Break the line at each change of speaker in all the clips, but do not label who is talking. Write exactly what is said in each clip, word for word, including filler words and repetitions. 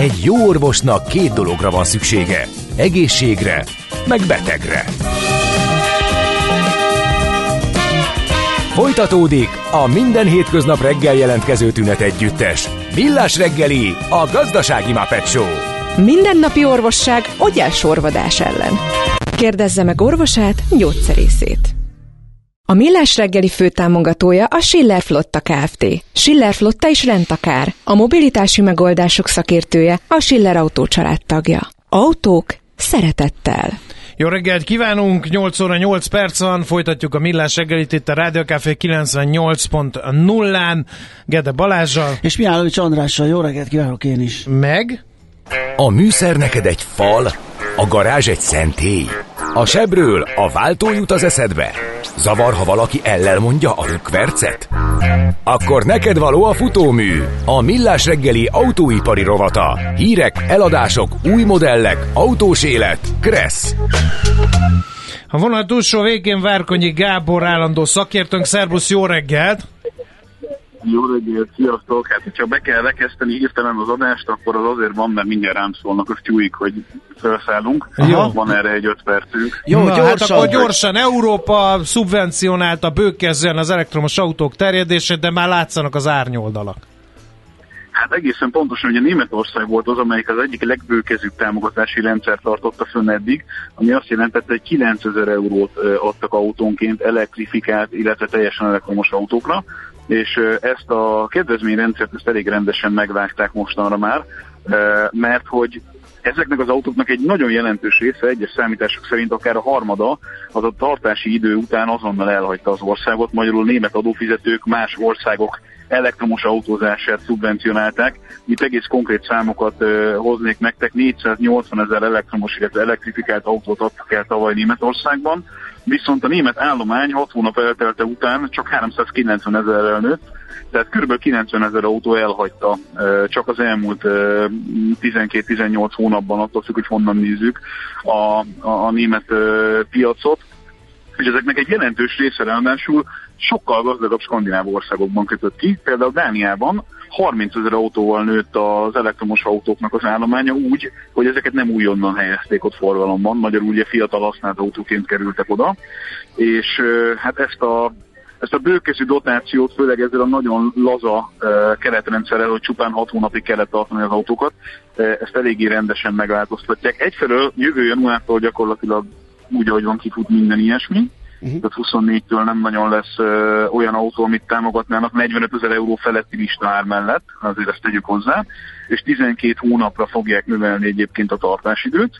Egy jó orvosnak két dologra van szüksége. Egészségre, meg betegre. Folytatódik a minden hétköznap reggel jelentkező tünet együttes. Millás reggeli, a gazdasági Muppet Show.
Mindennapi orvosság ogyásorvadás ellen. Kérdezze meg orvosát, gyógyszerészét. A Millás reggeli főtámogatója a Schiller Flotta Kft. Schiller Flotta is rendtakár. A mobilitási megoldások szakértője, a Schiller Autó család tagja. Autók szeretettel.
Jó reggelt kívánunk, nyolc óra nyolc perc van, folytatjuk a Millás reggelit itt a Rádió Café kilencvennyolc pont nullán, Gede Balázsral.
És Mihálovics Andrással, jó reggelt kívánok én is.
Meg?
A műszer neked egy fal, a garázs egy szentély. A sebről a váltó jut az eszedbe. Zavar, ha valaki ellel mondja a rükvercet? Akkor neked való a futómű, a Millás reggeli autóipari rovata. Hírek, eladások, új modellek, autós élet, Kressz.
A vonal túlsó végén Várkonyi Gábor állandó szakértőnk, szervusz, jó reggelt!
Jó reggelt, sziasztok! Hát, hogyha be kell rekeszteni hirtelen az adást, akkor az azért van, mert mindjárt rám szólnak a tyúik, hogy felszállunk. Aha. Van erre egy öt percünk.
Jó, Na, gyorsan, hát akkor gyorsan. Európa szubvencionálta bőkezően az elektromos autók terjedését, de már látszanak az árnyoldalak.
Hát egészen pontosan, hogy a Németország volt az, amelyik az egyik legbőkezőbb támogatási rendszer tartotta fönn eddig, ami azt jelentette, hogy kilencezer eurót adtak autónként elektrifikált, illetve teljesen elektromos autókra, és ezt a kedvezményrendszert ezt elég rendesen megvágták mostanra már, mert hogy ezeknek az autóknak egy nagyon jelentős része, egyes számítások szerint akár a harmada, az a tartási idő után azonnal elhagyta az országot, magyarul német adófizetők más országok elektromos autózását szubvencionálták. Itt egész konkrét számokat uh, hoznék nektek, négyszáznyolcvan ezer elektromos, illetve elektrifikált autót adtak el tavaly Németországban, viszont a német állomány hat hónap eltelte után csak háromszázkilencven ezerrel nőtt, tehát kb. kilencven ezer autó elhagyta uh, csak az elmúlt uh, tizenkét-tizennyolc hónapban, attól függ, hogy honnan nézzük a, a, a német uh, piacot, és ezeknek egy jelentős része ráadásul sokkal gazdagabb skandináv országokban kötött ki. Például Dániában harmincezer autóval nőtt az elektromos autóknak az állománya úgy, hogy ezeket nem újonnan helyezték ott forgalomban, magyarul ugye fiatal használt autóként kerültek oda, és hát ezt a, ezt a bőkezű dotációt, főleg ezzel a nagyon laza uh, keretrendszerrel, hogy csupán hat hónapig kellett tartani az autókat, uh, ezt eléggé rendesen megváltoztatják. Egyfelől jövő januártól gyakorlatilag úgy, ahogy van, kifut minden ilyesmi. Uh-huh. Tehát huszonnégytől nem nagyon lesz ö, olyan autó, amit támogatnának negyvenöt ezer euró feletti lista ár mellett, azért ezt tegyük hozzá, és tizenkét hónapra fogják növelni egyébként a tartásidőt.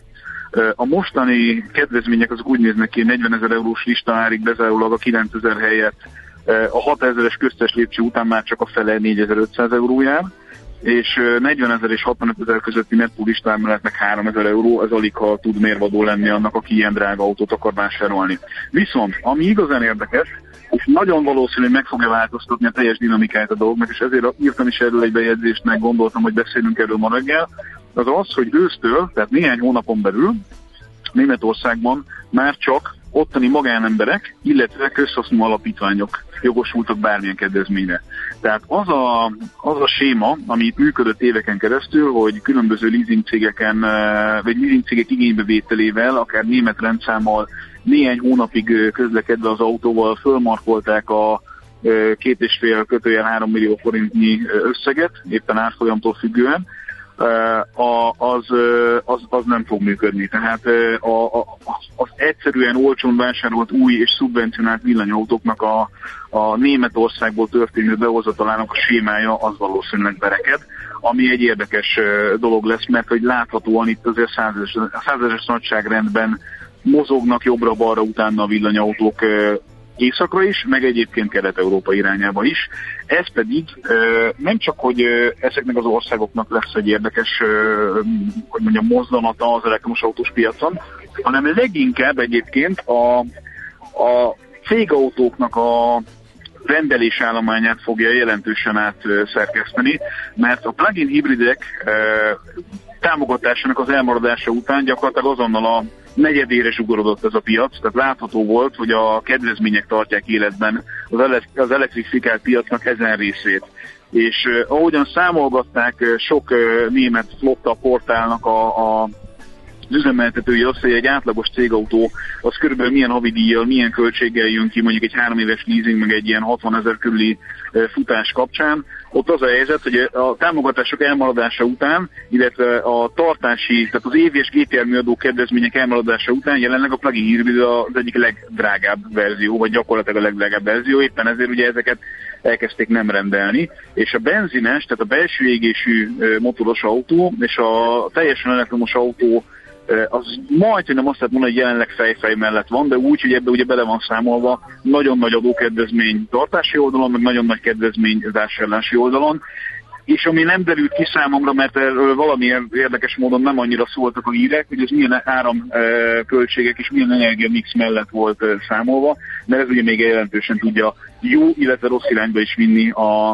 A mostani kedvezmények azok úgy néznek ki, negyven ezer eurós lista árig bezárólag a kilencezer helyett a hatezeres köztes lépcső után már csak a fele négyezer-ötszáz euró jár, és negyvenezer és hatvanöt ezer közötti nettó listán mellett meg háromezer euró, ez alig ha tud mérvadó lenni annak, aki ilyen drága autót akar vásárolni. Viszont, ami igazán érdekes, és nagyon valószínű, hogy meg fogja változtatni a teljes dinamikáját a dolgnak, és ezért írtam is erről egy bejegyzést, meg gondoltam, hogy beszélünk erről ma reggel, az az, hogy ősztől, tehát néhány hónapon belül Németországban már csak ottani magánemberek, illetve közhasznú alapítványok jogosultak bármilyen kedvezményre. Tehát az a, az a séma, ami itt működött éveken keresztül, hogy különböző leasingcégeken, vagy leasingcégek igénybevételével, akár német rendszámmal néhány hónapig közlekedve az autóval fölmarkolták a két és fél kötőjel három millió forintnyi összeget, éppen árfolyamtól függően, az, az, az nem fog működni. Tehát a, a, az egyszerűen olcsón vásárolt új és szubvencionált villanyautóknak a, a Németországból történő behozatalának a sémája az valószínűleg bereked, ami egy érdekes dolog lesz, mert hogy láthatóan itt azért százezres, százezres nagyságrendben mozognak jobbra-balra utána a villanyautók északra is, meg egyébként Kelet-Európa irányába is. Ez pedig nem csak, hogy ezeknek az országoknak lesz egy érdekes, hogy mondjam, mozdulata az elektromos autós piacon, hanem leginkább egyébként a, a cégautóknak a rendelésállományát fogja jelentősen átszerkeszteni, mert a plug-in hibridek támogatásának az elmaradása után gyakorlatilag azonnal a negyedére zsugorodott ez a piac, tehát látható volt, hogy a kedvezmények tartják életben az, ele- az elektrifikált piacnak ezen részét. és uh, ahogyan számolgatták uh, sok uh, német flotta portálnak a, a az üzemeltetői azt, hogy egy átlagos cégautó az körülbelül milyen havidíjjal, milyen költséggel jön ki, mondjuk egy három éves leasing, meg egy ilyen hatvanezer körüli futás kapcsán. Ott az a helyzet, hogy a támogatások elmaradása után, illetve a tartási, tehát az évi és gépjárműadó kedvezmények elmaradása után jelenleg a plug-in hibrid az egyik legdrágább verzió, vagy gyakorlatilag a legdrágább verzió, éppen ezért ugye ezeket elkezdték nem rendelni, és a benzines, tehát a belső égésű motoros autó és a teljesen elektromos autó az majd, hogy nem azt lehet mondani, hogy jelenleg fejfej mellett van, de úgy, hogy ebbe ugye bele van számolva nagyon nagy adókedvezmény tartási oldalon, meg nagyon nagy kedvezmény vásárlási oldalon, és ami nem derült ki számomra, mert erről valamilyen érdekes módon nem annyira szóltak a hírek, hogy ez milyen áramköltségek és milyen energiamix mellett volt számolva, mert ez ugye még jelentősen tudja jó, illetve rossz irányba is vinni a,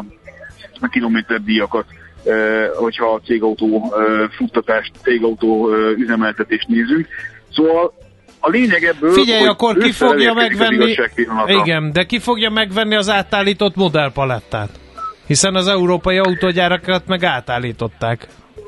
a kilométerdíjakat. Uh, hogyha a cégautó uh, futtatást, cégautó uh, üzemeltetést nézünk. Szóval a lényeg ebből...
Figyelj, akkor ki fogja megvenni... Igen, de ki fogja megvenni az átállított modellpalettát? Hiszen az európai autógyárakat meg átállították.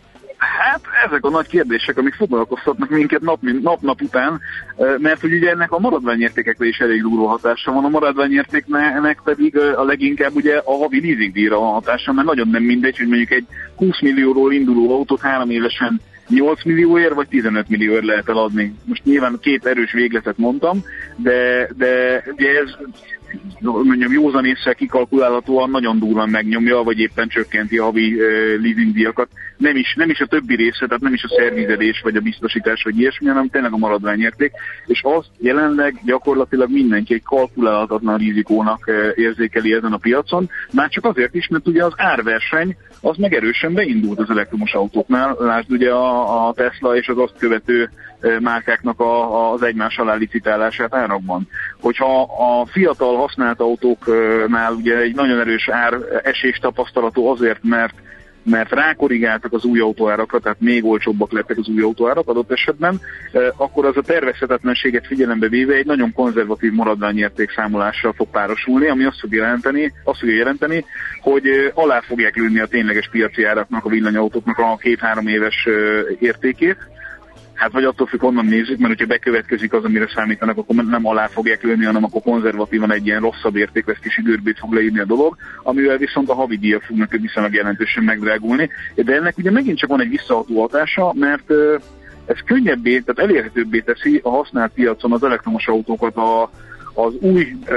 Hát ezek a nagy kérdések, amik foglalkoztatnak minket nap-nap után, mert hogy ugye ennek a maradványértékekre is elég durva hatása van, a maradványértéknek pedig a leginkább ugye a havi leasingdíjra van hatása, mert nagyon nem mindegy, hogy mondjuk egy húsz millióról induló autót három évesen nyolc millióért vagy tizenöt millióért lehet eladni. Most nyilván két erős végletet mondtam, de, de ugye ez mondjam, józan észre kikalkulálhatóan nagyon durván megnyomja, vagy éppen csökkenti a havi uh, leasingdíjakat. Nem is, nem is a többi része, tehát nem is a szervizelés, vagy a biztosítás, vagy ilyesmi, hanem tényleg a maradványérték, és azt jelenleg gyakorlatilag mindenki egy kalkulálhatatlan rizikónak uh, érzékeli ezen a piacon, már csak azért is, mert ugye az árverseny az meg erősen beindult az elektromos autóknál, lásd ugye a, a Tesla és az azt követő uh, márkáknak a, az egymás alá licitálását árakban. Hogyha a fiatal használt autóknál ugye egy nagyon erős ár esés tapasztalatú azért, mert, mert rákorrigáltak az új autóárakra, tehát még olcsóbbak lettek az új autóárak adott esetben, akkor az a tervezhetetlenséget figyelembe véve egy nagyon konzervatív maradványérték számolással fog párosulni, ami azt fogja jelenteni, azt fogja jelenteni, hogy alá fogják lőni a tényleges piaci áraknak, a villanyautóknak a két-három éves értékét. Hát vagy attól függ, honnan nézzük, mert hogyha bekövetkezik az, amire számítanak, akkor nem alá fogják lőni, hanem akkor konzervatívan egy ilyen rosszabb értékvesztési görbét fog leírni a dolog, amivel viszont a havidíjak fognak viszonylag jelentősen megdrágulni. De ennek ugye megint csak van egy visszaható hatása, mert ez könnyebbé, tehát elérhetőbbé teszi a használt piacon az elektromos autókat a, az új ö,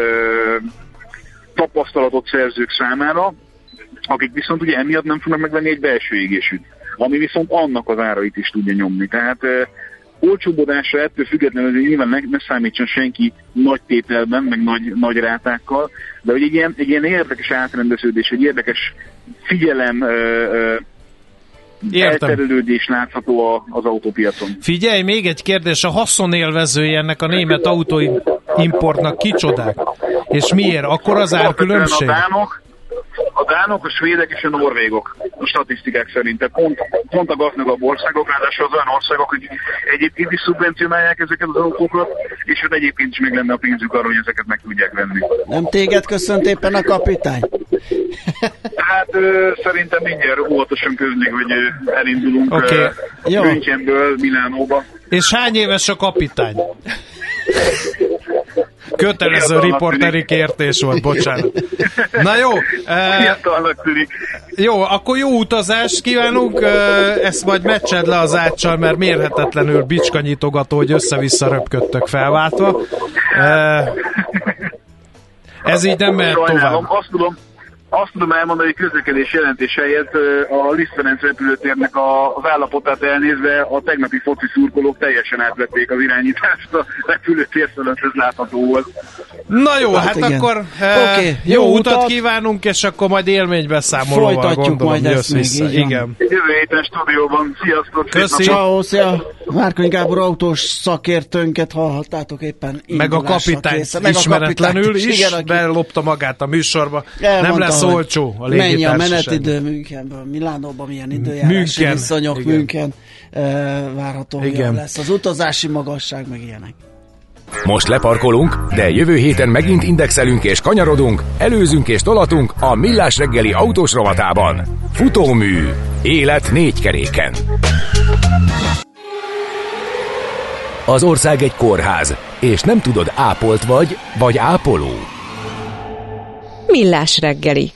tapasztalatot szerzők számára, akik viszont ugye emiatt nem fognak megvenni egy belső égésűt, ami viszont annak az árait is tudja nyomni. Tehát uh, olcsóbbodásra ettől függetlenül, hogy nyilván ne, ne számítson senki nagy tételben, meg nagy, nagy rátákkal, de hogy egy ilyen, egy ilyen érdekes átrendeződés, egy érdekes figyelem, uh, uh, elterelődés látható az autópiacon.
Figyelj, még egy kérdés, a haszonélvezője ennek a német autóimportnak kicsodák? És miért? Akkor az árkülönbség?
A dánok, a dánok, a svédek és a norvégok a statisztikák szerint. Tehát pont, pont a gazdagabb országok, ráadásul az olyan országok, hogy egyébként is szubvencionálják ezeket az autókat, és ott egyébként is még lenne a pénzük arra, hogy ezeket meg tudják venni.
Nem téged köszönt éppen a kapitány?
Hát ö, szerintem mindjárt óvatosan közlik, hogy ö, elindulunk
okay.
Münchenből Milánóba.
És hány éves a kapitány? Kötelező riporteri kértés volt, bocsánat. Na jó.
Fiatalnak tűnik.
Jó, akkor jó utazást kívánunk, ezt majd meccsed le az áccsal, mert mérhetetlenül bicskanyitogató, hogy össze-vissza röpködtök felváltva. Ez így nem mehet tovább.
Azt tudom, Azt tudom elmondani, hogy közlekedés jelentés helyett a Liszt Ferenc repülőtérnek az állapotát elnézve a tegnapi foci szurkolók teljesen átvették az irányítást, a repülőtér fölött ez látható volt.
Na jó, hát, hát akkor
okay,
jó, jó utat, utat kívánunk, és akkor majd élménybeszámolóval gondolom, jössz vissza. Igen.
Jövő héten stúdióban. Sziasztok!
Köszi!
Ciao, szia! Márkony Gábor autós szakértőnket hallhattátok éppen.
Meg a kapitány ismeretlenül is, igen, aki... belopta magát a műsorba. Elmondta, nem lesz olcsó a légitársaság.
Mennyi a menetidő Münchenből, Milánóban milyen időjárási viszonyok, München uh, várható, hogy lesz az utazási magasság, meg ilyenek.
Most leparkolunk, de jövő héten megint indexelünk és kanyarodunk, előzünk és tolatunk a Millás reggeli autós rovatában. Futómű. Élet négy keréken. Az ország egy kórház, és nem tudod, ápolt vagy, vagy ápoló.
Millás reggeli.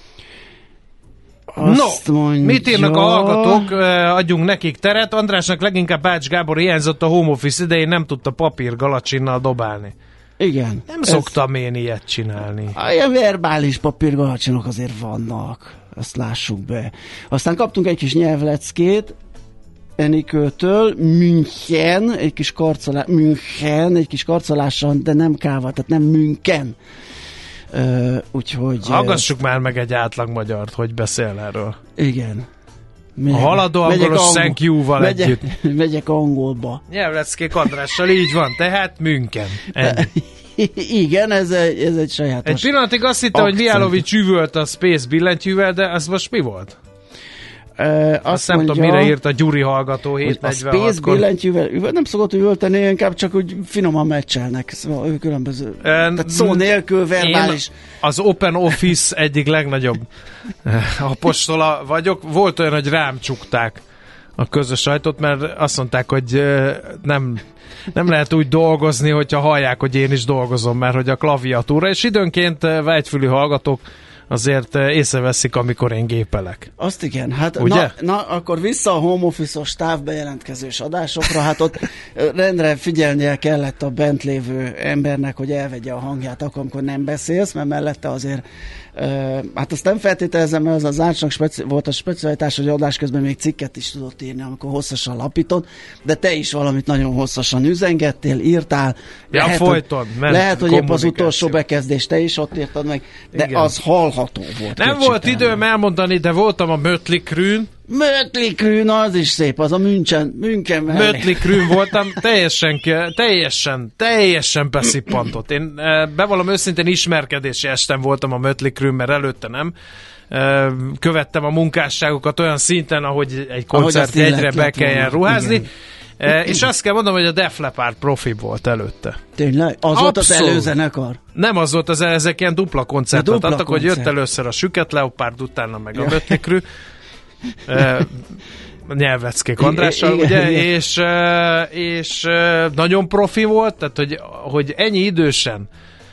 Azt no, mondja... mit írnak a hallgatók? Adjunk nekik teret. Andrásnak leginkább Bács Gábor hiányzott a home office idején, nem tudta papír galacsinnal dobálni.
Igen.
Nem ez... szoktam én ilyet csinálni.
Ilyen verbális papírgalacsinok azért vannak. Ezt lássuk be. Aztán kaptunk egy kis nyelvleckét Enikőtől, München, egy kis karcolás, München, egy kis karcolással, de nem kával, tehát nem München. Uh, úgyhogy...
Hallgassuk már meg egy átlag magyart, hogy beszél erről.
Igen.
Megyek, a haladó angolos thank you-val
megyek,
együtt.
Megyek angolba.
Nyelvleckék Andrással, így van, tehát München.
Igen, ez egy, ez egy sajátos
Egy pillanatig azt hittem, hogy Mihálovics üvölt a Space billentyűvel, de az most mi volt?
Uh, azt,
azt nem
mondja,
tudom, mire írt a Gyuri hallgató hét negyvenhatkor.
A Space billentyűvel nem szokott üvölteni, inkább csak úgy finoman meccselnek. Szóval ő különböző. Uh, tehát szó nélkül, verbális.
Az Open Office egyik legnagyobb apostola vagyok. Volt olyan, hogy rám csukták a közös sajtót, mert azt mondták, hogy nem, nem lehet úgy dolgozni, hogyha hallják, hogy én is dolgozom, mert hogy a klaviatúra, és időnként vágyfülű hallgatók azért észreveszik, amikor én gépelek.
Azt igen, hát na, na, akkor vissza a home office-os távbejelentkezős adásokra, hát ott rendre figyelnie kellett a bent lévő embernek, hogy elvegye a hangját akkor, amikor nem beszélsz, mert mellette azért uh, hát azt nem feltételezem, mert az az Ácsnak speci- volt a specialitás, hogy adás közben még cikket is tudott írni, amikor hosszasan lapított, de te is valamit nagyon hosszasan üzengettél, írtál.
Ja,
lehet,
folyton.
Hogy, lehet, hogy épp az utolsó bekezdést te is ott írtad meg, de igen, az hallható volt.
Nem volt időm elmondani, de voltam a Mötley Crüen.
Mötley Crüen, az is szép, az a München, München mellé.
Mötley Crüen voltam, teljesen, teljesen, teljesen beszippantott. Én bevallom őszintén ismerkedési estem voltam a Mötley Crüen, mert előtte nem. Követtem a munkásságokat olyan szinten, ahogy egy koncert egyre be kelljen ruházni. Igen. E, és azt kell mondanom, hogy a Def Leppard profi volt előtte.
Tényleg? Az Abszolút. Volt az előzenekar?
Nem az volt, az, ezek ilyen dupla koncertet dupla adtak, koncert. Hogy jött először a Süket Leopard, utána meg a Mötley Crüe. e, nyelveckék Andrással, igen, ugye? Igen. És, e, és e, nagyon profi volt, tehát hogy, hogy ennyi idősen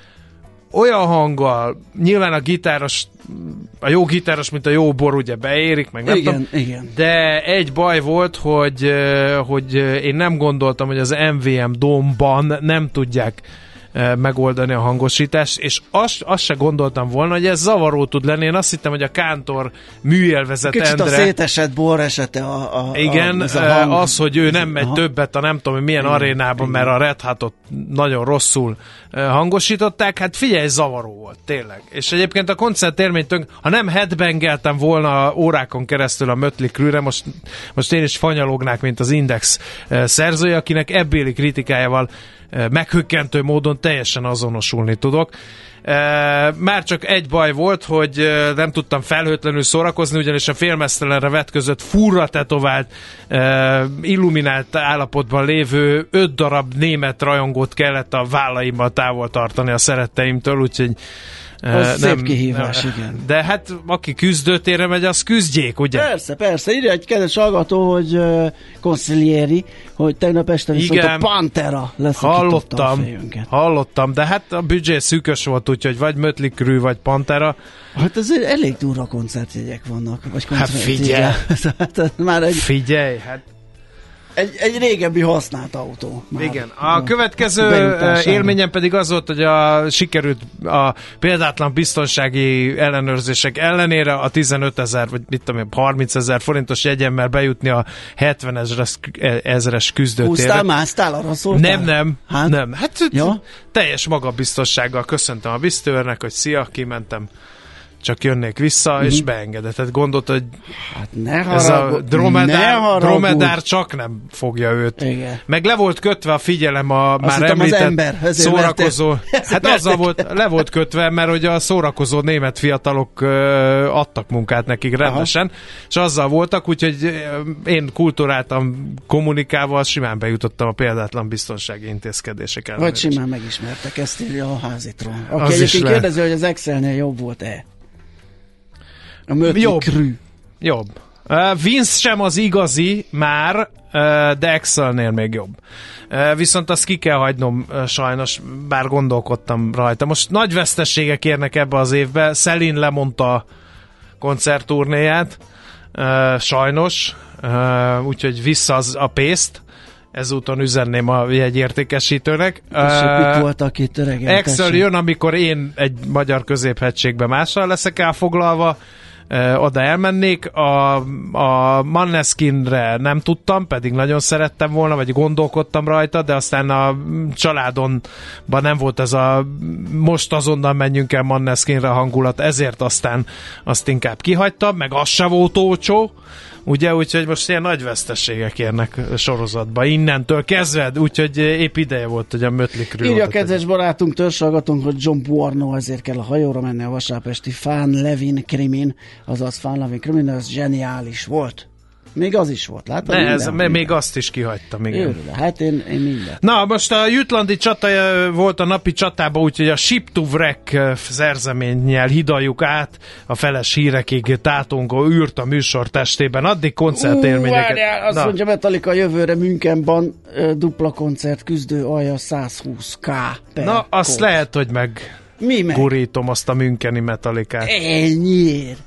olyan hanggal, nyilván a gitáros, a jó gitáros, mint a jó bor, ugye beérik, meg nem
igen,
tudom,
igen.
De egy baj volt, hogy, hogy én nem gondoltam, hogy az em vé em Dome-ban nem tudják megoldani a hangosítást, és azt, azt se gondoltam volna, hogy ez zavaró tud lenni. Én azt hittem, hogy a Kántor műélvezet
Kicsit
Endre...
Kicsit a szétesett bor esete a, a,
igen,
a, a hang...
az, hogy ő nem megy aha. többet a nem tudom, milyen igen, arénában, igen. Mert a Red Hatot nagyon rosszul hangosították. Hát figyelj, zavaró volt, tényleg. És egyébként a koncertélményt, ha nem headbangeltem volna órákon keresztül a Mötley Crüe-re, most, most én is fanyalognák, mint az Index szerzője, akinek ebbéli kritikájával meghökkentő módon teljesen azonosulni tudok. Már csak egy baj volt, hogy nem tudtam felhőtlenül szórakozni, ugyanis a félmeztelenre vetközött, furra tetovált, illuminált állapotban lévő öt darab német rajongót kellett a vállaimmal távol tartani a szeretteimtől, úgyhogy
az nem, szép kihívás, nem, igen.
De hát aki küzdőtérre megy, az küzdjék, ugye?
Persze, persze. Írja egy kedves hallgató, hogy uh, Consiglieri, hogy tegnap este viszont igen, a Pantera leszakította a fejünket. Hallottam,
de hát a büdzsé szűkös volt, úgyhogy vagy Mötley Crüe, vagy Pantera.
Hát ez elég durva koncertjegyek vannak. Vagy
hát figyelj!
hát, már egy...
Figyelj, hát
Egy, egy régebbi használt autó. Már.
Igen. A következő élményem pedig az volt, hogy a, sikerült a példátlan biztonsági ellenőrzések ellenére a tizenöt ezer, vagy mit tudom én, harminc ezer forintos jegyemmel bejutni a hetven ezeres küzdőtérre.
Húztál, másztál, arra szóltál?
Nem, nem.
Hát,
nem. hát
ja?
teljes magabiztossággal köszöntem a biztőrnek, hogy szia, kimentem. csak jönnék vissza, mm-hmm. és beengedett. Tehát gondolt, hogy
hát ne
ez
haragud,
a dromedár,
ne
dromedár csak nem fogja őt.
Igen.
Meg le volt kötve a figyelem a
azt
már
hittem,
említett
ember,
szórakozó.
Mertek.
Hát azzal volt, le volt kötve, mert hogy a szórakozó német fiatalok uh, adtak munkát nekik rendesen, aha. és azzal voltak, úgyhogy én kulturáltam kommunikálva, simán bejutottam a példátlan biztonsági intézkedések ellenére.
Vagy simán megismertek, ezt írja a házitról. Aki egyébként kérdezi, hogy az Excelnél jobb volt-e? A Mötley Crüe.
Jobb. Uh, Vince sem az igazi már, uh, de Excelnél még jobb. Uh, viszont azt ki kell hagynom uh, sajnos, bár gondolkodtam rajta. Most nagy veszteségek érnek ebbe az évbe. Celine lemondta a koncertturnéját, uh, sajnos, uh, úgyhogy vissza az a pészt. Ezúton üzenném a jegyértékesítőnek.
Tessék, mit voltak itt öregen?
Excel jön, amikor én egy magyar középhegységben mással leszek elfoglalva, Uh, oda elmennék. A, a Måneskinre nem tudtam, pedig nagyon szerettem volna, vagy gondolkodtam rajta, de aztán a családonban nem volt ez a most azonnal menjünk el Måneskinre hangulat, ezért aztán azt inkább kihagytam, meg az se volt olcsó, ugye, úgyhogy most ilyen nagy veszteségek érnek sorozatba, innentől kezdve, úgyhogy épp ideje volt, hogy a Mötley Crüe.
Írja a kedves barátunk, törzsalgatunk, hogy John Buarno ezért kell a hajóra menni a vasárpesti Fán Levin krimin, azaz Fán Levin krimin, az zseniális volt. Még az is volt, látod?
Ne,
minden,
ez,
minden.
Még azt is kihagytam, igen.
Őrül, hát én, én minden.
Na, most a jutlandi csata volt a napi csatában, úgyhogy a Ship to Wreck szerzeménnyel hidaljuk át a feles hírekig tátongó űrt a műsor testében. Addig koncertélményeket.
Uh, várjál, azt Na. mondja Metallica jövőre Münchenben dupla koncert, küzdő alja százhúsz ká per
Na, azt
koncert. Lehet,
hogy meg
Mi meg?
gurítom azt a müncheni Metallicát.
Ennyiért.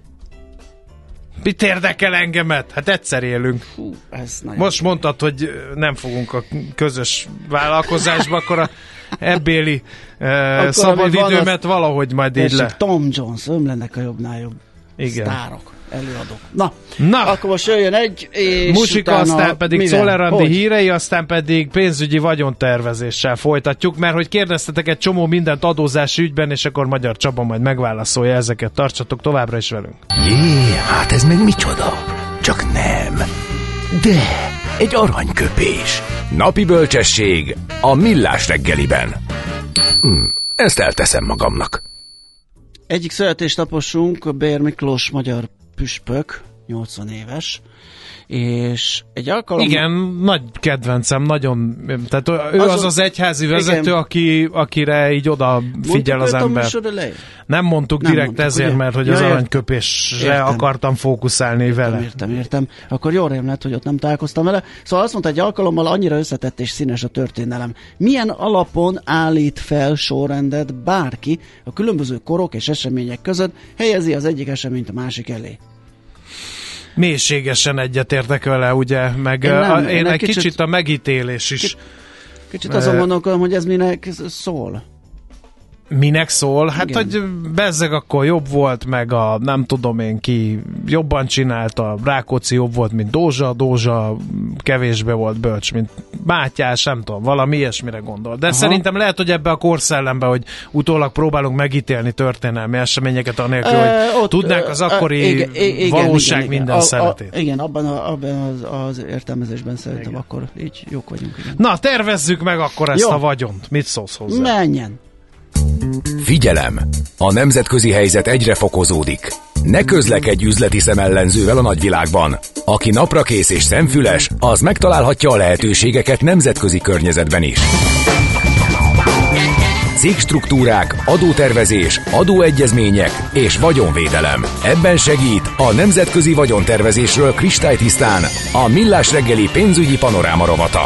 Mit érdekel engemet? Hát egyszer élünk.
Hú, ez
Most mondtad, hogy nem fogunk a közös vállalkozásba, akkor a ebbéli uh, szabadidőmet valahogy majd így le.
Tom Jones, ömlenek a jobbnál jobb.
Igen.
Sztárok, előadók. Na,
Na,
akkor most jöjjön egy, és
Musika, aztán pedig Czoller hírei, aztán pedig pénzügyi vagyontervezéssel folytatjuk, mert hogy kérdeztetek egy csomó mindent adózási ügyben, és akkor Magyar Csaba majd megválaszolja ezeket. Tartsatok továbbra is velünk.
Jé, hát ez meg micsoda? Csak nem. De egy aranyköpés. Napi bölcsesség a Millás reggeliben. Hm, ezt elteszem magamnak.
Egyik születésnaposunk Bér Miklós magyar püspök, nyolcvan éves, és egy alkalommal...
Igen, nagy kedvencem, nagyon, tehát ő az az, az egyházi vezető, aki, akire így oda figyel az ember. Nem mondtuk nem direkt mondtuk, ezért, ugye? Mert hogy ja, az aranyköpésre értem. Akartam fókuszálni vele.
Értem, értem. Akkor jól rém lett, hogy ott nem találkoztam vele. Szóval azt mondta, egy alkalommal annyira összetett és színes a történelem. Milyen alapon állít fel sorrendet bárki a különböző korok és események között, helyezi az egyik eseményt a másik elé?
Mélységesen egyetértek vele, ugye, meg én, nem, a, én egy kicsit, kicsit a megítélés is. Kicsit,
kicsit azon gondolkodom, hogy ez minek szól.
Minek szól? Hát,
igen.
Hogy bezzeg akkor jobb volt, meg a nem tudom én ki jobban csinálta, Rákóczi jobb volt, mint Dózsa, Dózsa kevésbé volt bölcs, mint Mátyás, nem tudom, valami ilyesmire gondol. De aha. Szerintem lehet, hogy ebbe a korszellembe, hogy utólag próbálunk megítélni történelmi eseményeket, anélkül, e, hogy ott, tudnánk az akkori igen, igen, valóság igen, minden igen. szeretét.
A, a, igen, abban, a, abban az, az értelmezésben szerintem igen. Akkor így jók vagyunk. Igen.
Na, tervezzük meg akkor ezt jó. A vagyont. Mit szólsz hozzá?
Menjen!
Figyelem! A nemzetközi helyzet egyre fokozódik. Ne közlekedj üzleti szemellenzővel a nagyvilágban. Aki naprakész és szemfüles, az megtalálhatja a lehetőségeket nemzetközi környezetben is. Cégstruktúrák, adótervezés, adóegyezmények és vagyonvédelem. Ebben segít a nemzetközi vagyontervezésről kristálytisztán a Millás reggeli pénzügyi panoráma rovata.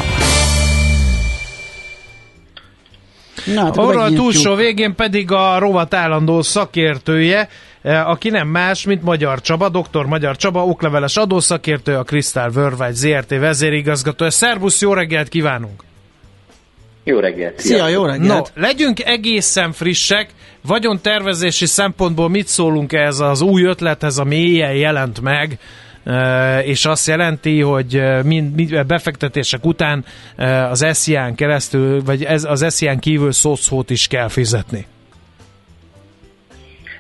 Na, arra a túlsó végén pedig a rovat állandó szakértője, aki nem más, mint Magyar Csaba, doktor Magyar Csaba, okleveles adószakértő, a Crystal Worldwide zé er té vezérigazgatója. Szervusz, jó reggelt kívánunk!
Jó reggelt!
Szia, jó reggelt!
No, legyünk egészen frissek, vagyontervezési szempontból mit szólunk ez az új ötlethez, ami éjjel jelent meg, és azt jelenti, hogy mind, mind befektetések után az es i á-n keresztül, vagy ez, az es i á-n kívül szószót is kell fizetni.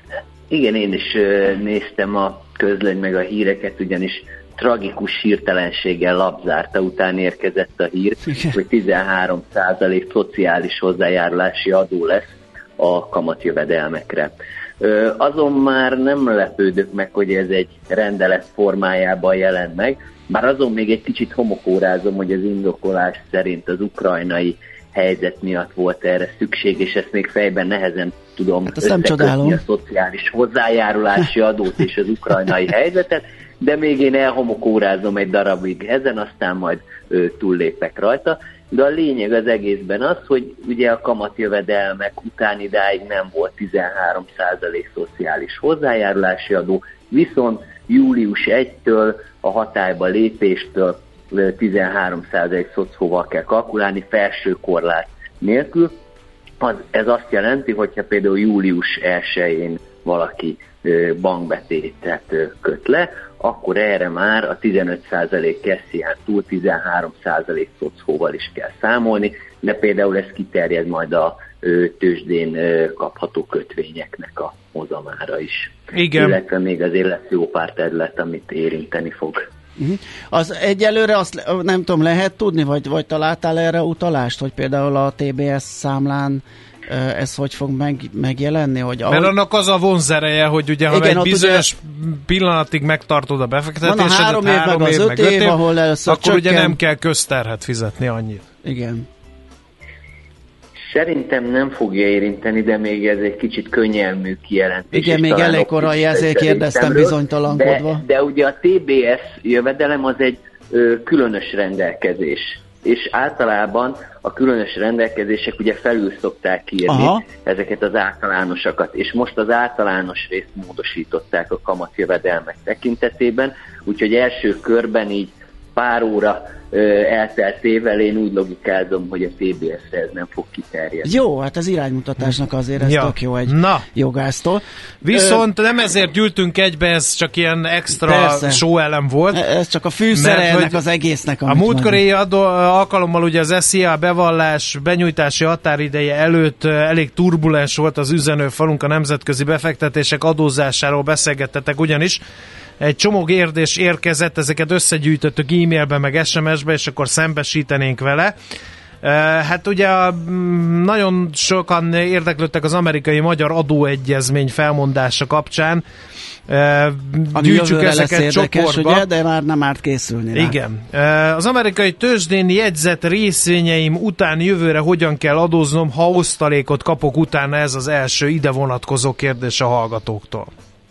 Igen, én is néztem a közlöny meg a híreket, ugyanis tragikus hirtelenséggel lapzárta után érkezett a hír, igen, hogy tizenhárom százalék szociális hozzájárulási adó lesz a kamatjövedelmekre. Azon már nem lepődök meg, hogy ez egy rendelet formájában jelent meg, bár azon még egy kicsit homokórázom, hogy az indokolás szerint az ukrajnai helyzet miatt volt erre szükség, és ezt még fejben nehezen tudom
hát
összekötni a szociális hozzájárulási adót és az ukrajnai helyzetet, de még én elhomokórázom egy darabig ezen, aztán majd ö, túllépek rajta. De a lényeg az egészben az, hogy ugye a kamatjövedelmek után idáig nem volt tizenhárom százalék szociális hozzájárulási adó, viszont július elsejétől a hatályba lépéstől tizenhárom százalék szocóval kell kalkulálni, felső korlát nélkül. Az, ez azt jelenti, hogyha például július elsején valaki bankbetétet köt le, akkor erre már a tizenöt százalék kesszián túl tizenhárom százalék szocóval is kell számolni, de például ez kiterjed majd a tőzsdén kapható kötvényeknek a hozamára is.
Igen.
Illetve még azért lesz jó pár terület, amit érinteni fog.
Uh-huh. Az egyelőre azt nem tudom, lehet tudni, vagy, vagy találtál erre utalást, hogy például a té bé es számlán ez hogy fog meg, megjelenni? Hogy ahogy...
Mert annak az a vonzereje, hogy ugye, ha
igen,
egy bizonyos
ugye...
pillanatig megtartod a befektetésedet,
van a három év,
három
meg
év,
az
meg
öt év, év, ahol először
akkor
csökken.
ugye nem kell közterhet fizetni annyit.
Igen.
Szerintem nem fogja érinteni, de még ez egy kicsit könnyelmű kijelentés.
Igen, még elég korai, ezért kérdeztem bizonytalankodva.
De, de ugye a té bé es jövedelem az egy ö, különös rendelkezés. És általában a különös rendelkezések ugye felül szokták írni aha. ezeket az általánosakat, és most az általános részt módosították a kamatjövedelmek tekintetében, úgyhogy első körben így pár óra ö, elteltével én úgy logikázom, hogy a té bé es-re ez nem fog kiterjedni.
Jó, hát az iránymutatásnak azért ez
ja.
tök jó egy
Na.
jogásztól.
Viszont ö... nem ezért gyűltünk egybe, ez csak ilyen extra show elem volt.
Ez csak a fűszere ennek az egésznek.
A múltkori alkalommal ugye az es zé á bevallás benyújtási határideje előtt elég turbulens volt az üzenőfalunk, a nemzetközi befektetések adózásáról beszélgettetek ugyanis. Egy csomó kérdés érkezett, ezeket összegyűjtöttük e-mailbe, meg es em es-be, és akkor szembesítenénk vele. Hát ugye nagyon sokan érdeklődtek az amerikai-magyar adóegyezmény felmondása kapcsán.
Ami
gyűjtsük ezeket
érdekes,
csoportba.
Ugye, de már nem árt készülni rá.
Igen. Az amerikai tőzsdén jegyzett részvényeim után jövőre hogyan kell adóznom, ha osztalékot kapok utána? Ez az első ide vonatkozó kérdés a hallgatóktól.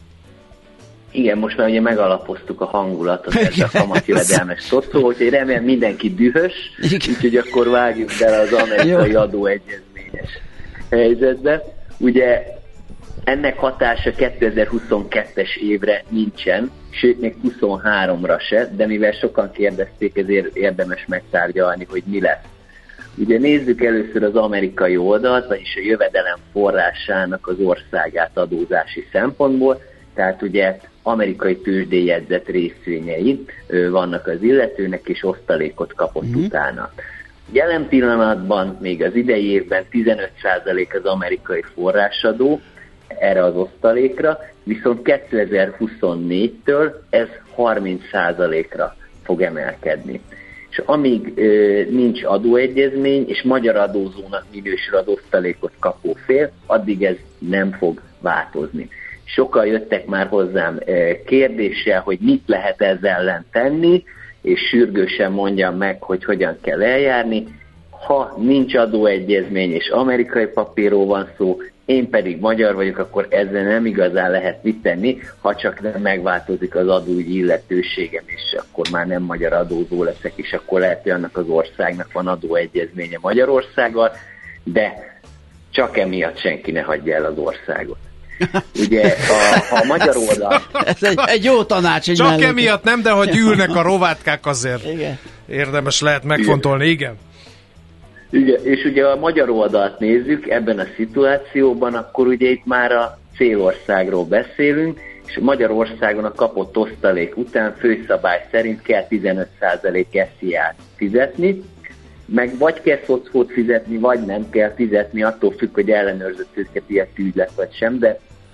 Igen, most már ugye megalapoztuk a hangulatot ezzel a kamatjövedelmes szocó, úgyhogy remélem mindenki dühös, úgyhogy akkor vágjuk bele az amerikai adóegyezményes helyzetbe. Ugye ennek hatása kétezer-huszonkettes évre nincsen, sőt még huszonháromra se, de mivel sokan kérdezték, ezért érdemes megtárgyalni, hogy mi lesz. Ugye nézzük először az amerikai oldalt, vagyis a jövedelem forrásának az országát adózási szempontból, tehát ugye amerikai tőzsdén jegyzett részvényei vannak az illetőnek, és osztalékot kapott mm. utána. Jelen pillanatban, még az idei évben tizenöt százalék az amerikai forrásadó erre az osztalékra, viszont kétezer-huszonnégytől ez harminc százalékra fog emelkedni. És amíg ö, nincs adóegyezmény, és magyar adózónak minősül az osztalékot kapó fél, addig ez nem fog változni. Sokan jöttek már hozzám kérdéssel, hogy mit lehet ezzel ellen tenni, és sürgősen mondjam meg, hogy hogyan kell eljárni. Ha nincs adóegyezmény és amerikai papírról van szó, én pedig magyar vagyok, akkor ezzel nem igazán lehet mit tenni, ha csak nem megváltozik az adóügyi illetőségem, és akkor már nem magyar adózó leszek, és akkor lehet, hogy annak az országnak van adóegyezménye Magyarországgal, de csak emiatt senki ne hagyja el az országot. Ugye a, ha a magyar oldal...
Ez egy, egy jó tanács. Egy
Csak
mellék.
emiatt nem, de hogy ülnek a rovátkák, azért
igen.
érdemes lehet megfontolni, igen.
igen. És ugye a magyar oldalt nézzük ebben a szituációban, akkor ugye itt már a célországról beszélünk, és Magyarországon a kapott osztalék után főszabály szerint kell tizenöt százalék es zé á-t fizetni, meg vagy kell szocót fizetni, vagy nem kell fizetni, attól függ, hogy ellenőrzött tőzsdei ügylet vagy sem, de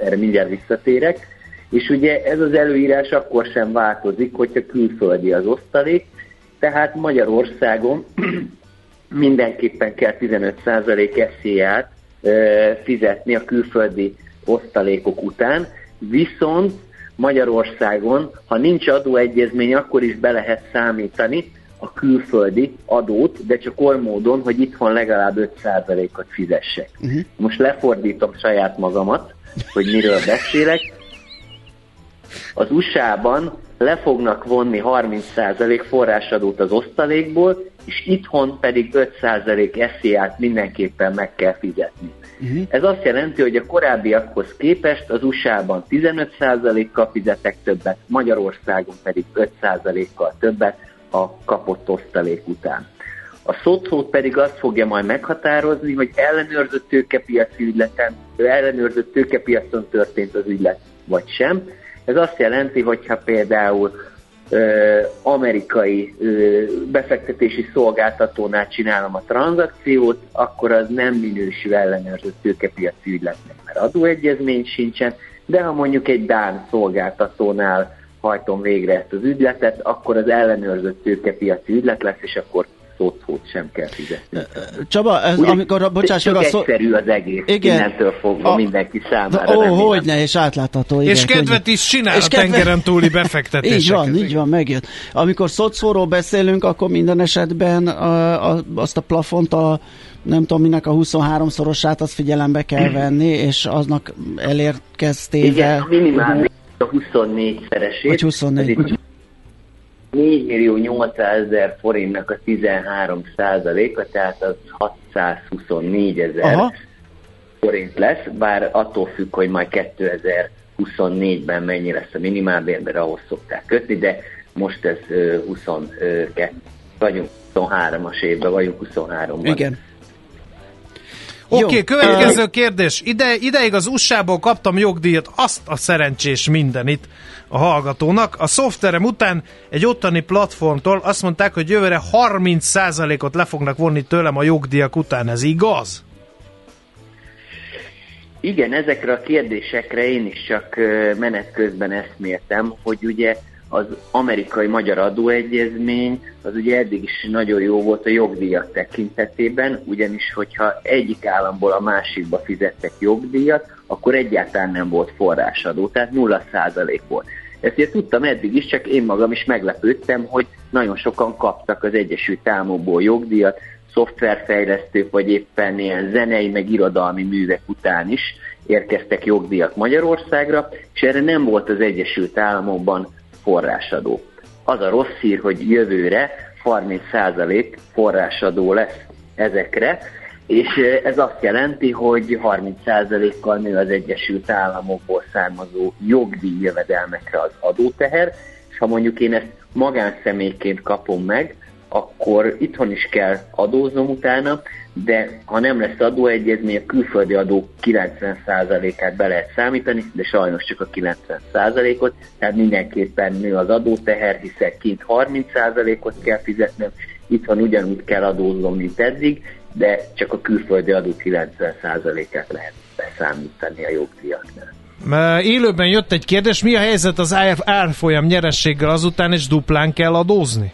erre mindjárt visszatérek, és ugye ez az előírás akkor sem változik, hogyha külföldi az osztalék, tehát Magyarországon mindenképpen kell tizenöt százalék es zé á-t fizetni a külföldi osztalékok után, viszont Magyarországon, ha nincs adóegyezmény, akkor is be lehet számítani a külföldi adót, de csak oly módon, hogy itthon legalább öt százalékot fizessek. Uh-huh. Most lefordítom saját magamat, hogy miről beszélek. Az u es á-ban le fognak vonni harminc százalék forrásadót az osztalékból, és itthon pedig öt százalék es zé á-t mindenképpen meg kell fizetni. Uh-huh. Ez azt jelenti, hogy a korábbiakhoz képest az u es á-ban tizenöt százalékkal fizetek többet, Magyarországon pedig öt százalékkal többet a kapott osztalék után. A szocót pedig azt fogja majd meghatározni, hogy ellenőrzött tőkepiaci ügyleten, ellenőrzött tőkepiacon történt az ügylet, vagy sem. Ez azt jelenti, hogyha például ö, amerikai ö, befektetési szolgáltatónál csinálom a tranzakciót, akkor az nem minősül ellenőrzött tőkepiaci ügyletnek, mert adóegyezmény sincsen, de ha mondjuk egy dán szolgáltatónál hajtom végre ezt az ügyletet, akkor az ellenőrzött tőkepiaci ügylet lesz, és akkor szót sem kell fizetni.
Csaba, ez,
ugye,
amikor, bocsáss meg a szó...
egyszerű az egész,
igen.
Innentől fogva a... mindenki számára.
Ó, oh, hogyne, és átlátható. Igen,
és kedvet is csinál és a kedve... tengeren túli befektetéseket.
Így van, így van, megjött. Amikor szocóról beszélünk, akkor minden esetben a, a, azt a plafont, a, nem tudom minek a huszonháromszorosát, azt figyelembe kell venni, és aznak elérkeztével...
Igen, a minimál a huszonnégyszeresét.
Vagy huszonnégy.
négy millió nyolcszázezer forintnak a tizenhárom százaléka, tehát az hatszázhuszonnégyezer forint lesz, bár attól függ, hogy majd kétezer-huszonnégyben mennyi lesz a minimálbér, mert ahhoz szokták kötni, de most ez huszonkettő, vagyunk huszonhármas évben, vagyunk huszonháromban.
Igen.
Oké, okay, következő kérdés. Ide, ideig az u es á-ból kaptam jogdíjat, azt a szerencsés mindenit a hallgatónak. A szoftverem után egy ottani platformtól azt mondták, hogy jövőre harminc százalékot le fognak vonni tőlem a jogdíjak után. Ez igaz?
Igen, ezekre a kérdésekre én is csak menet közben eszméltem, hogy ugye az amerikai-magyar adóegyezmény az ugye eddig is nagyon jó volt a jogdíjak tekintetében, ugyanis hogyha egyik államból a másikba fizettek jogdíjat, akkor egyáltalán nem volt forrásadó, tehát nulla százalék volt. Ezt ugye tudtam eddig is, csak én magam is meglepődtem, hogy nagyon sokan kaptak az Egyesült Államokból jogdíjat, szoftverfejlesztők, vagy éppen ilyen zenei, meg irodalmi művek után is érkeztek jogdíjak Magyarországra, és erre nem volt az Egyesült Államokban forrásadó. Az a rossz hír, hogy jövőre harminc százalék forrásadó lesz ezekre, és ez azt jelenti, hogy harminc százalékkal nő az Egyesült Államokból származó jogdíj jövedelmekre az adóteher, és ha mondjuk én ezt magánszemélyként kapom meg, akkor itthon is kell adóznom utána, de ha nem lesz adóegyezmény, a külföldi adó kilencven százalékát be lehet számítani, de sajnos csak a kilencven százalékot, tehát mindenképpen nő az adóteher, hiszen kint harminc százalékot kell fizetnem, itthon ugyanúgy kell adóznom, mint eddig, de csak a külföldi adó kilencven százalékát lehet beszámítani a jogdíjaknál.
Élőben jött egy kérdés, mi a helyzet az árfolyam nyerességgel azután, és duplán kell adózni?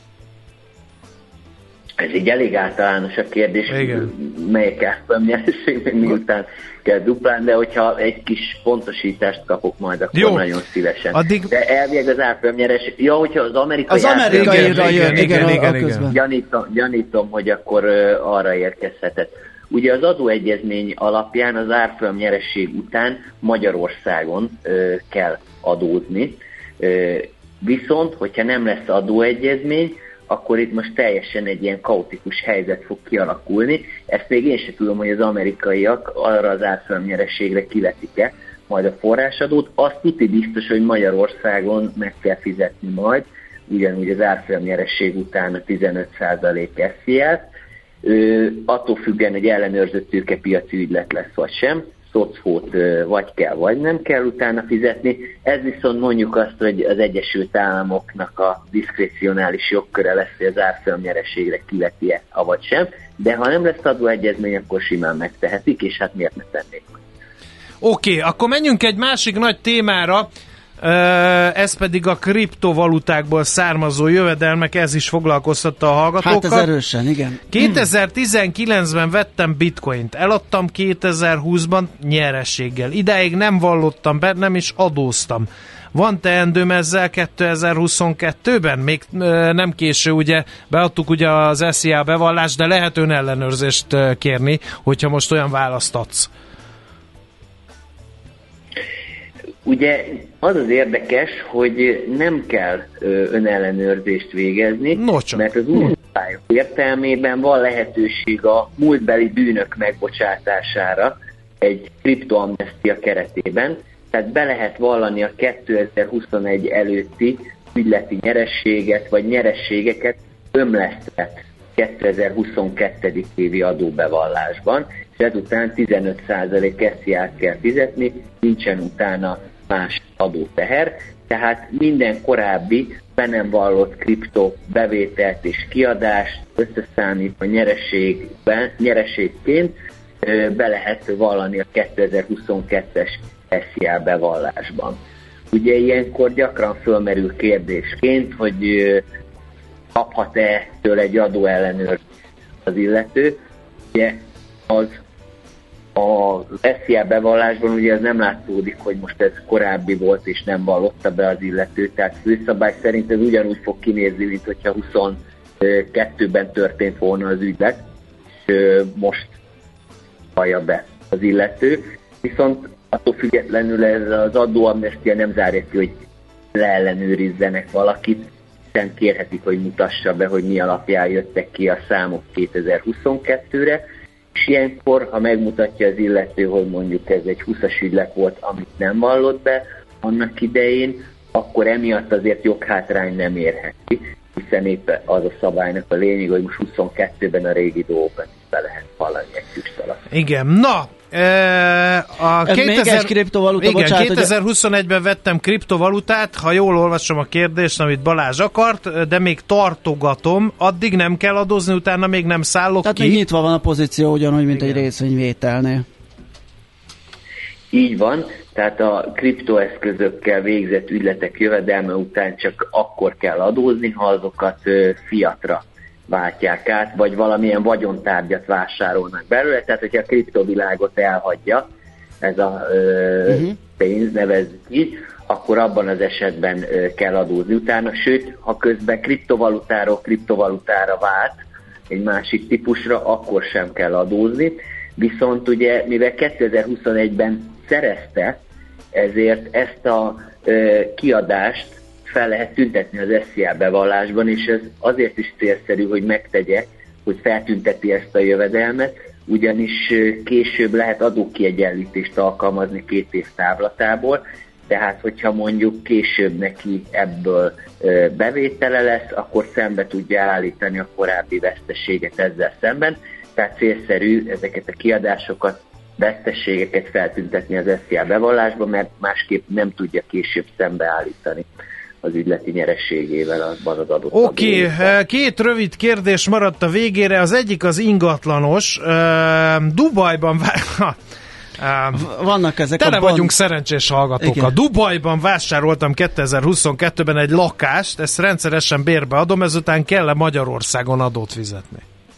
Ez egy elég általános a kérdés, igen. Melyik árfolyam nyerességben miután kell duplán, de hogyha egy kis pontosítást kapok majd, akkor jó. Nagyon szívesen. Addig... De elvileg az árfolyam nyereség, ja, hogyha az amerikai
az amerikaira jön, igen, igen, igen.
Gyanítom, gyanítom, hogy akkor uh, arra érkezhetett. Ugye az adóegyezmény alapján az árfolyam nyeresség után Magyarországon uh, kell adózni, uh, viszont, hogyha nem lesz adóegyezmény, akkor itt most teljesen egy ilyen kaotikus helyzet fog kialakulni. Ezt még én sem tudom, hogy az amerikaiak arra az árfolyamnyerességre kivetik-e majd a forrásadót. Azt tuti biztos, hogy Magyarországon meg kell fizetni majd, ugyanúgy az árfolyamnyeresség után a tizenöt százalék es zé á-t. Attól függően, hogy ellenőrzött tőkepiaci ügylet lesz vagy sem, szocfót vagy kell, vagy nem kell utána fizetni. Ez viszont mondjuk azt, hogy az Egyesült Államoknak a diszkrecionális jogköre lesz, hogy az árfolyamnyerességre kiveti-e, avagy sem, de ha nem lesz adóegyezmény, akkor simán megtehetik, és hát miért ne tennék?
Oké, okay, akkor menjünk egy másik nagy témára, ez pedig a kriptovalutákból származó jövedelmek, ez is foglalkoztatta a hallgatókat.
Hát ez erősen, igen.
kétezer-tizenkilencben vettem bitcoint, eladtam kétezer-húszban nyereséggel. Idáig nem vallottam be, nem is adóztam. Van teendőm ezzel kétezer-huszonkettőben? Még nem késő, ugye beadtuk ugye az es zé á bevallást, de lehet önellenőrzést kérni, hogyha most olyan választ adsz.
Ugye az az érdekes, hogy nem kell önellenőrzést végezni,
Nocsak.
mert az új szabályok értelmében van lehetőség a múltbeli bűnök megbocsátására egy kriptoamnestia keretében, tehát be lehet vallani a kétezer-huszonegy előtti ügyleti nyerességet vagy nyerességeket ömlesztve kétezer-huszonkettő évi adóbevallásban, és ezután tizenöt százalék es zé á-t kell fizetni, nincsen utána más adóteher, tehát minden korábbi be nem vallott kripto bevételt és kiadást összeszámítva nyereségben, nyereségként be lehet vallani a kétezer-huszonkettes es zé á bevallásban. Ugye ilyenkor gyakran fölmerül kérdésként, hogy kaphat-e tőle egy adóellenőrzést az illető. Ugye az az es zé á bevallásban ugye az nem látszódik, hogy most ez korábbi volt és nem vallotta be az illető, tehát főszabály szerint ez ugyanúgy fog kinézni, mint hogyha huszonkettőben történt volna az ügylet, és most vallja be az illető. Viszont attól függetlenül ez az adóamnestia nem zárja ki, hogy leellenőrizzenek valakit, hiszen kérhetik, hogy mutassa be, hogy mi alapján jöttek ki a számok kétezer-huszonkettőre, és ilyenkor, ha megmutatja az illető, hogy mondjuk ez egy húszas ügylet volt, amit nem vallott be annak idején, akkor emiatt azért joghátrány nem érheti, hiszen éppen az a szabálynak a lényeg, hogy most huszonkettőben a régi dolgokat is be lehet vallani egy füst alatt.
Igen, na, a kétezer...
kriptovaluta,
igen,
bocsánat,
kétezer-huszonegyben vettem kriptovalutát, ha jól olvasom a kérdést, amit Balázs akart, de még tartogatom, addig nem kell adózni, utána még nem szállok
Tehát
ki.
még nyitva van a pozíció, ugyanúgy, mint
igen.
egy részvényvételnél.
Így van, tehát a kriptoeszközökkel végzett ügyletek jövedelme után csak akkor kell adózni, ha azokat fiatra váltják át, vagy valamilyen vagyontárgyat vásárolnak belőle, tehát hogyha a kriptovilágot elhagyja ez a ö, uh-huh. pénz, nevezzük így, akkor abban az esetben ö, kell adózni utána, sőt, ha közben kriptovalutáról kriptovalutára vált egy másik típusra, akkor sem kell adózni, viszont ugye, mivel kétezer-huszonegyben szerezte, ezért ezt a ö, kiadást fel lehet tüntetni az es zé á bevallásban, és ez azért is célszerű, hogy megtegye, hogy feltünteti ezt a jövedelmet, ugyanis később lehet adókiegyenlítést alkalmazni két év távlatából, tehát hogyha mondjuk később neki ebből bevétele lesz, akkor szembe tudja állítani a korábbi veszteséget ezzel szemben, tehát célszerű ezeket a kiadásokat, veszteségeket feltüntetni az es zé á bevallásban, mert másképp nem tudja később szembeállítani az ügyleti nyerességével abban az adott
Oké, okay, két rövid kérdés maradt a végére, az egyik az ingatlanos. Uh, Dubajban vá- uh,
vannak ezek
tele
a
vagyunk
band...
szerencsés hallgatókkal. Dubajban vásároltam kétezer-huszonkettőben egy lakást, ezt rendszeresen bérbe adom, ezután kell-e Magyarországon adót fizetni?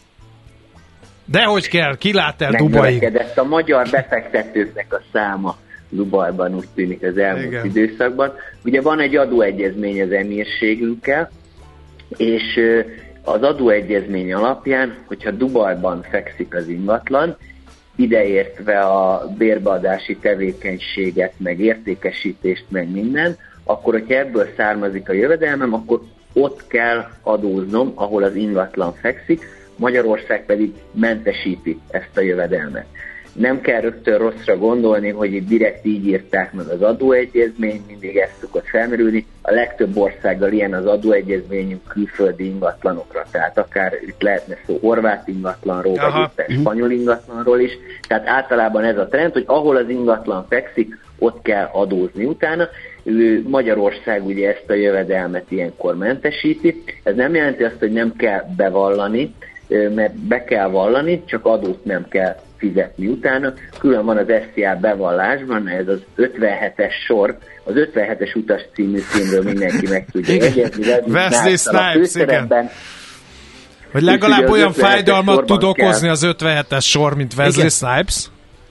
Dehogy kell, kilát el Dubaig.
Megnövekedett a magyar befektetőknek a száma Dubajban, úgy tűnik az elmúlt igen. időszakban. Ugye van egy adóegyezmény az emírségünkkel, és az adóegyezmény alapján, hogyha Dubajban fekszik az ingatlan, ideértve a bérbeadási tevékenységet, meg értékesítést, meg minden, akkor, hogyha ebből származik a jövedelmem, akkor ott kell adóznom, ahol az ingatlan fekszik, Magyarország pedig mentesíti ezt a jövedelmet. Nem kell rögtön rosszra gondolni, hogy itt direkt így írták meg az adóegyezményt, mindig ezt szokott felmerülni. A legtöbb országgal ilyen az adóegyezményünk külföldi ingatlanokra, tehát akár itt lehetne szó horvát ingatlanról, Aha. vagy éppen spanyol ingatlanról is. Tehát általában ez a trend, hogy ahol az ingatlan fekszik, ott kell adózni utána. Magyarország ugye ezt a jövedelmet ilyenkor mentesíti. Ez nem jelenti azt, hogy nem kell bevallani, mert be kell vallani, csak adót nem kell fizetni utána. Külön van az es zé á bevallásban, ez az ötvenhetes sor, az ötvenhetes utas című filmről mindenki meg tudja jegyezni.
Wesley Snipes, igen. Hogy legalább olyan fájdalmat tud okozni kell. Az ötvenhetes sor, mint Wesley Snipes.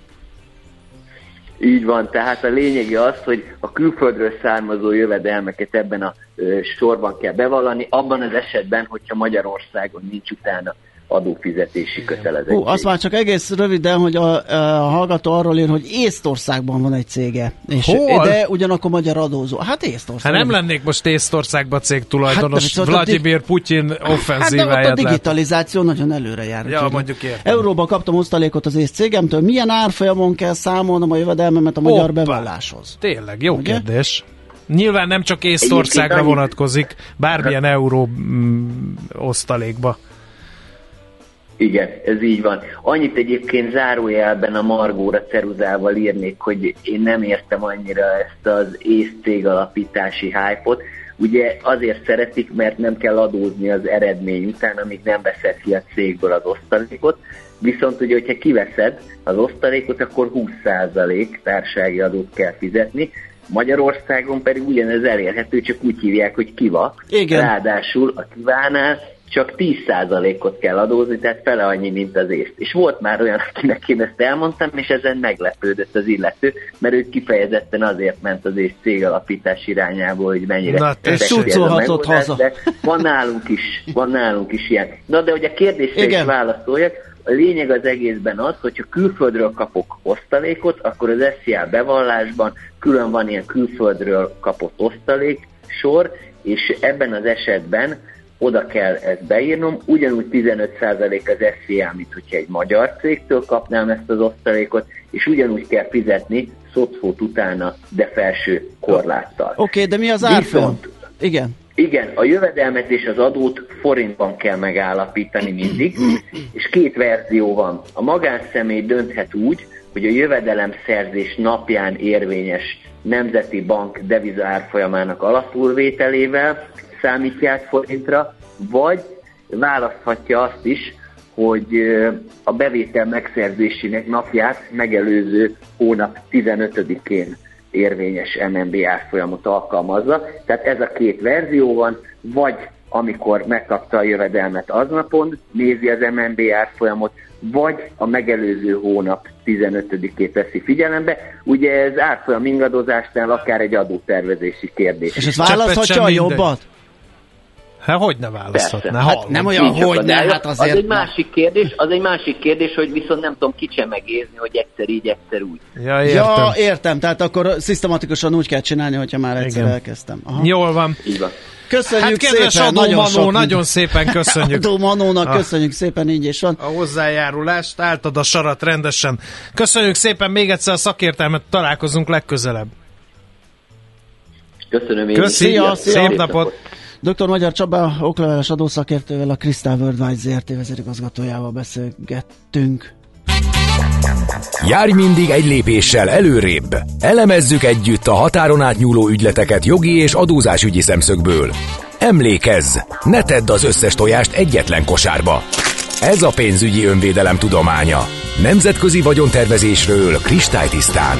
Így van, tehát a lényegi az, hogy a külföldről származó jövedelmeket ebben a ö, sorban kell bevallani, abban az esetben, hogyha Magyarországon nincs utána adófizetési kötelezettség.
Hú, azt már csak egész röviden, hogy a, a hallgató arról ír, hogy Észtországban van egy cége. És
Hol?
De ugyanakkor magyar adózó. Hát Észtország.
Hát nem lennék most Észtországban cég tulajdonos, hát, Vladimir dig... Putyin offenzíváját.
Hát de ott a digitalizáció lát. Nagyon előre jár.
Ja, mondjuk értem.
Euróban kaptam osztalékot az ész cégemtől. Milyen árfolyamon kell számolnom a jövedelmemet a magyar Hoppa. bevalláshoz?
Tényleg, jó Ugye? kérdés. Nyilván nem csak Észtországra annyi... vonatkozik, bármilyen euró mm, osztalékba.
Igen, ez így van. Annyit egyébként zárójelben a Margóra ceruzával írnék, hogy én nem értem annyira ezt az ész cég alapítási hype-ot. Ugye azért szeretik, mert nem kell adózni az eredmény után, amíg nem veszed ki a cégből az osztalékot. Viszont ugye, hogyha kiveszed az osztalékot, akkor húsz százalék társasági adót kell fizetni. Magyarországon pedig ugyanez elérhető, csak úgy hívják, hogy kiva. Igen. Ráadásul a kivánál csak tíz százalékot kell adózni, tehát fele annyi, mint az észt. És volt már olyan, akinek én ezt elmondtam, és ezen meglepődött az illető, mert ő kifejezetten azért ment az észt cégalapítás irányából, hogy mennyire
Na, és csúcolhatott haza.
De van nálunk is, van nálunk is ilyen. Na, de hogy a kérdésre is válaszoljak, a lényeg az egészben az, hogyha külföldről kapok osztalékot, akkor az es zé á bevallásban külön van ilyen külföldről kapott osztalék sor, és ebben az esetben oda kell ezt beírnom, ugyanúgy tizenöt százalék az es zé á, mint hogyha egy magyar cégtől kapnám ezt az osztalékot, és ugyanúgy kell fizetni szocfót utána, de felső korláttal.
Oké, okay, de mi az árfolyam? Igen.
Igen, a jövedelmet és az adót forintban kell megállapítani mindig, és két verzió van. A magánszemély dönthet úgy, hogy a jövedelemszerzés napján érvényes Nemzeti Bank deviza árfolyamának alapulvételével számítják forintra, vagy választhatja azt is, hogy a bevétel megszerzésének napját megelőző hónap tizenötödikén érvényes em en bé árfolyamot alkalmazza. Tehát ez a két verzió van, vagy amikor megkapta a jövedelmet aznapon, nézi az em en bé árfolyamot, vagy a megelőző hónap tizenötödikét veszi figyelembe. Ugye ez árfolyam ingadozásnál akár egy adótervezési kérdés.
És ez választhatja a jobbat?
Hát hogy ne választhatná?
Hát nem olyan, hogy ne, hát azért...
Az egy másik kérdés, az egy másik kérdés, hogy viszont nem tudom kicsem megérzni, hogy egyszer így, egyszer úgy.
Ja, értem.
Ja, értem, tehát akkor szisztematikusan úgy kell csinálni, hogyha már egyszer Igen. elkezdtem. Aha.
Jól van.
Így van.
Köszönjük
hát kedves
szépen,
Adó
nagyon
Manó,
sok...
nagyon szépen köszönjük.
Adó Manónak ah. köszönjük szépen, így is van.
A hozzájárulást, álltad a sarat rendesen. Köszönjük szépen még egyszer a szakértelmet, találkozunk legközelebb.
Köszönöm én.
Köszi, szia, szia. Szép napot.
doktor Magyar Csaba, okleveles adószakértővel, a Crystal Worldwide zé er té vezérigazgatójával beszélgettünk.
Járj mindig egy lépéssel előrébb. Elemezzük együtt a határon átnyúló ügyleteket jogi és adózásügyi szemszögből. Emlékezz, ne tedd az összes tojást egyetlen kosárba. Ez a pénzügyi önvédelem tudománya. Nemzetközi vagyontervezésről kristálytisztán.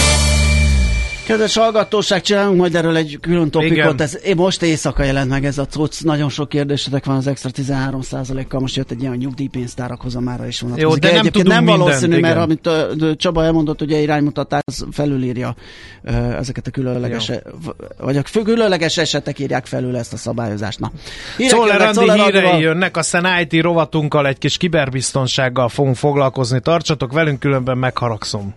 Kedves hallgatóság, csinálunk majd erről egy külön topikot. Ez, most éjszaka jelent meg ez a cucc. Nagyon sok kérdésetek van az extra tizenhárom százalékkal. Most jött egy ilyen nyugdíjpénztárak hozamára is vonatkozik.
Jó, de nem
Egyébként
tudunk
nem valószínű,
mindent,
mert amit uh, Csaba elmondott, ugye iránymutatás felülírja uh, ezeket a különleges, Jó. vagy a különleges esetek írják felül ezt a szabályozást. Na.
Czoller Andi hírei jönnek, aztán í té rovatunkkal, egy kis kiberbiztonsággal fogunk foglalkozni. Tartsatok velünk, különben megharagszom.